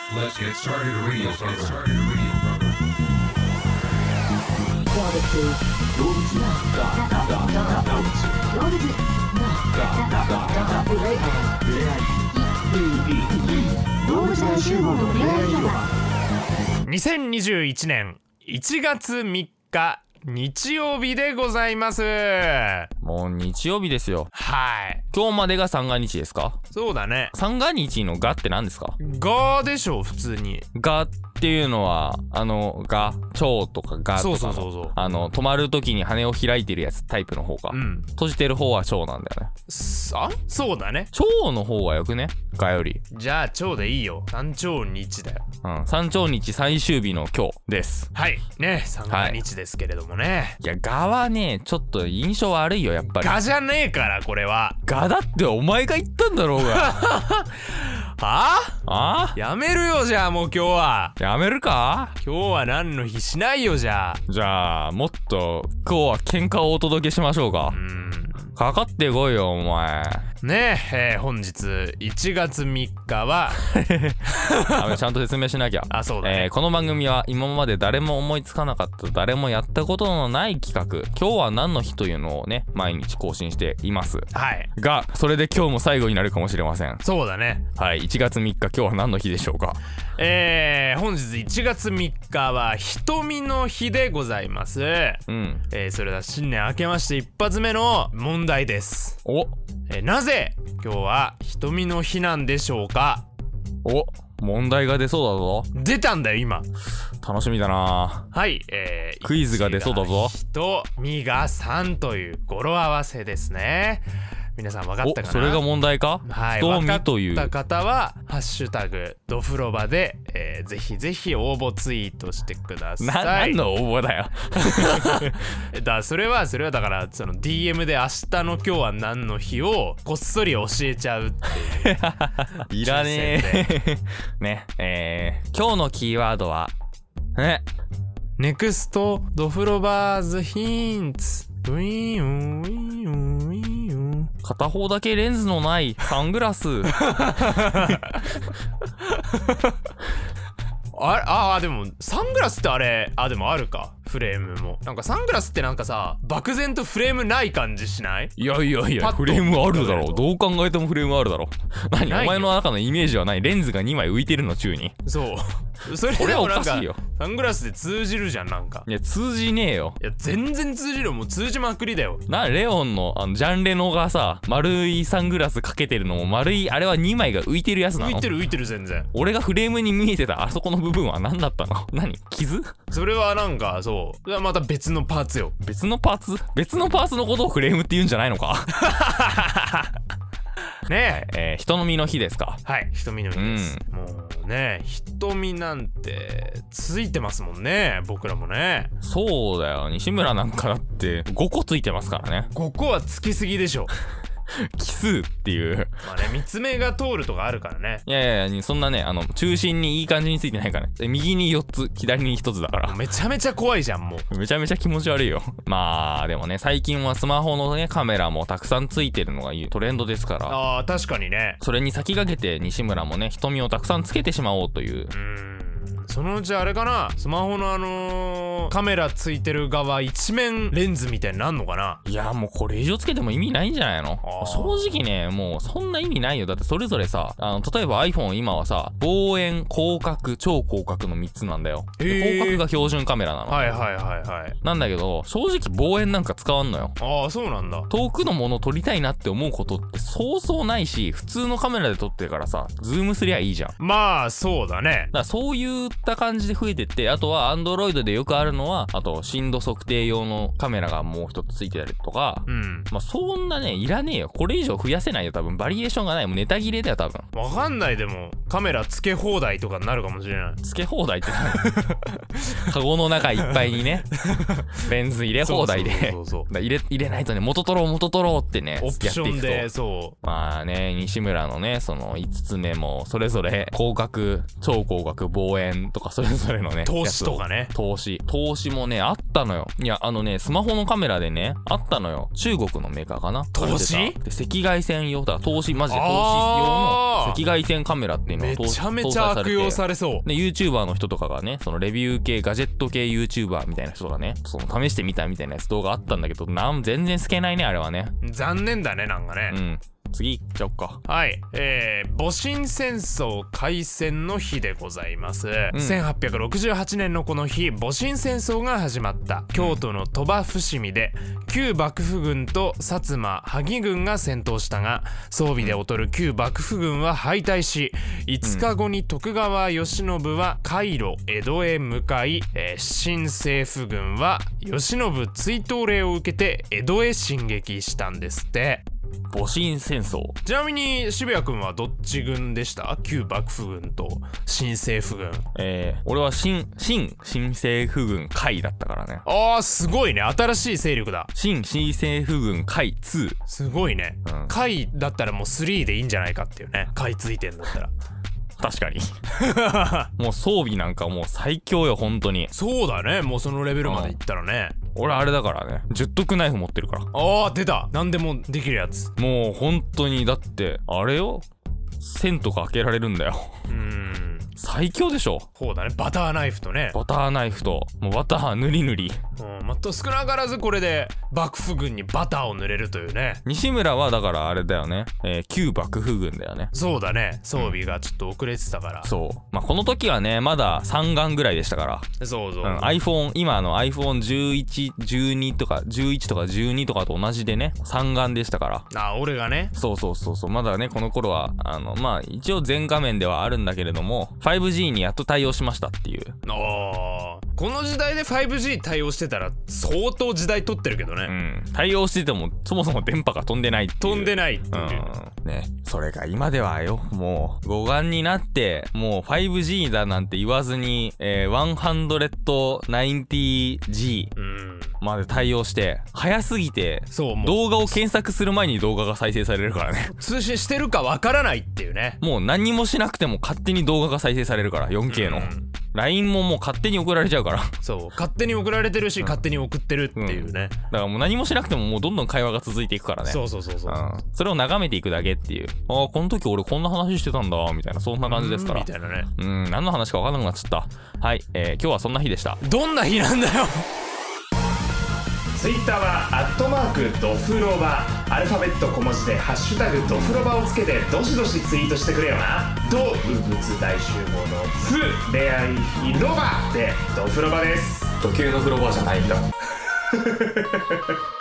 Let's get started radio program. 2021年1月3日日曜日でございます。 もう日曜日ですよ。 はい。 今日までが三が日ですか？ そうだね。 三が日のがって何ですか？ がでしょ普通に。 がっていうのはが蝶とかがとかのそう止まる時に羽を開いてるやつタイプの方か。閉じてる方は蝶なんだよね。 あ、そうだね。 蝶の方がよくね？がより。 じゃあ蝶でいいよ。三蝶日だよ。 三蝶日最終日の今日です。 はいね、三が日ですけれどもね。 いやがはねちょっと印象悪いよやっぱり。 がじゃねえからこれは。 がだってお前が言ったんだろうが。 やめるよじゃあもう今日は。 やめるか？ 今日は何の日しないよじゃあ。 じゃあもっと今日は喧嘩をお届けしましょうか。かかってこいよお前。 ねえ、本日1月3日はちゃんと説明しなきゃ。 そうだね。 この番組は今まで誰も思いつかなかった誰もやったことのない企画今日は何の日というのをね毎日更新しています。 はいがそれで今日も最後になるかもしれません。 そうだね。 はい。1月3日今日は何の日でしょうか？ 本日1月3日は瞳の日でございます。それでは新年明けまして一発目の問題です。なぜ今日は瞳の日なんでしょうか？ 問題が出そうだぞ。 出たんだよ今。 楽しみだな。 はい、 クイズが出そうだぞ。 瞳が3という語呂合わせですね。皆さん分かったかな？それが問題か？ はい、分かった方はハッシュタグドフロバで、ぜひぜひ応募ツイートしてください。 何の応募だよ。 それはだからその DM で明日の今日は何の日をこっそり教えちゃうっていう。 いらねえ。今日のキーワードはネクストドフロバーズヒンツ。 片方だけレンズのないサングラス。 でもサングラスってでもあるか。フレームもなんかサングラスってなんかさ漠然とフレームない感じしない？ いやフレームあるだろう。どう考えてもフレームあるだろう。何お前の中のイメージはない？レンズが2枚浮いてるの宙に。そうそれでもなんかサングラスで通じるじゃん。なんかいや通じねえよ。 いや全然通じるよ。もう通じまくりだよ。 レオンのジャンレノがさ丸いサングラスかけてるのも丸いあれは2枚が浮いてるやつなの？ 浮いてる全然。俺がフレームに見えてたあそこの部分は何だったの？何？傷？ それはなんかそれはまた別のパーツよ。 別のパーツのことをフレームって言うんじゃないのか？ ねえ、 人の身の日ですか？ はい、瞳の日です。もうね、瞳なんてついてますもんね、僕らもね。 そうだよ、西村なんかだって5個ついてますからね。 5個はつきすぎでしょ。 奇数っていう三つ目が通るとかあるからね。 いやそんなね中心にいい感じについてないからね。右に4つ左に1つだからめちゃめちゃ怖いじゃん。もうめちゃめちゃ気持ち悪いよ。でもね最近はスマホのねカメラもたくさんついてるのがトレンドですから。 確かにね。 それに先駆けて西村もね瞳をたくさんつけてしまおうという。 そのうちあれかな、スマホのカメラついてる側一面レンズみたいになんのかな。 いやもうこれ以上つけても意味ないんじゃないの？正直ねもうそんな意味ないよ。だってそれぞれさ例えば iPhone 今はさ望遠、広角、超広角の3つなんだよ。広角が標準カメラなの。なんだけど正直望遠なんか使わんのよ。 そうなんだ。 遠くのもの撮りたいなって思うことってそうそうないし、普通のカメラで撮ってからさズームすりゃいいじゃん。 そうだね。 だからそういった感じで増えてって、あとは Android でよくあるのは深度測定用のカメラがもう一つついてたりとか、そんなねいらねえよ。これ以上増やせないよ多分。バリエーションがない。もうネタ切れだよ多分。 わかんない。でもカメラつけ放題とかになるかもしれない。 つけ放題ってカゴの中いっぱいにねレンズ入れ放題で入れないとね元取ろうってねオプションで。 西村のねその5つ目もそれぞれ広角、超広角、望遠、 とかそれぞれのね投資とかね。 投資もねあったのよ。いやスマホのカメラでねあったのよ。中国のメーカーかな。 投資で赤外線用だから投資マジで投資用の赤外線カメラっていうのをめちゃめちゃ悪用されそうで YouTuber の人とかがねそのレビュー系ガジェット系 YouTuber みたいな人がねその試してみたみたいなやつ動画あったんだけど全然透けないねあれはね。 残念だねなんかね。 次行っちゃおっか。 はい、戊辰戦争開戦の日でございます、1868年のこの日戊辰戦争が始まった。京都の鳥羽伏見で旧幕府軍と薩摩萩軍が戦闘したが装備で劣る旧幕府軍は敗退し5日後に徳川慶喜は海路江戸へ向かい、新政府軍は慶喜追討令を受けて江戸へ進撃したんですって。 戊辰戦争。 ちなみに渋谷君はどっち軍でした？旧幕府軍と新政府軍。 俺は新政府軍海だったからね。 あーすごいね、新しい勢力だ。 新政府軍海2。 すごいね、海だったらもう3でいいんじゃないかっていうね。海ついてんだったら確かにもう装備なんかもう最強よ本当に。 そうだね、もうそのレベルまでいったらね。 俺あれだからね10徳ナイフ持ってるから。 あー出た、何でもできるやつ。 もう本当にだってあれよ1000とか開けられるんだよ。最強でしょ。 そうだね、バターナイフとね。 バターナイフともうバター塗り塗り。 少なからずこれで幕府軍にバターを塗れるというね。 西村はだからあれだよね、旧幕府軍だよね。 そうだね、装備がちょっと遅れてたから、 そうこの時はねまだ3眼ぐらいでしたから。 そう、 iPhone 今の iPhone11、12とか11とか12とかと同じでね3眼でしたから。 俺がね。 そうまだねこの頃は一応全画面ではあるんだけれども 5G にやっと対応しましたっていう。 この時代で 5G 対応してたら相当時代取ってるけどね。 対応しててもそもそも電波が飛んでないっていう。 飛んでないっていう、 ね。それが今ではよもう五眼になってもう 5G だなんて言わずに、190G まで対応して早すぎて動画を検索する前に動画が再生されるからね。 通信してるかわからないっていうね。 もう何もしなくても勝手に動画が再生されるから 4K の。LINE ももう勝手に送られちゃうから。 そう勝手に送られてるし、勝手に送ってるっていうね、 だからもう何もしなくてももうどんどん会話が続いていくからね。 そう、 それを眺めていくだけっていう。この時俺こんな話してたんだみたいな、そんな感じですから。 みたいなね。 何の話か分からなくなっちゃった。はい、今日はそんな日でした。 どんな日なんだよツイッターはドフロバ、アルファベット小文字でハッシュタグドフロバをつけてどしどしツイートしてくれよな。動物大集合のフ恋愛広場でドフロバです。 時計の風呂場じゃないんだ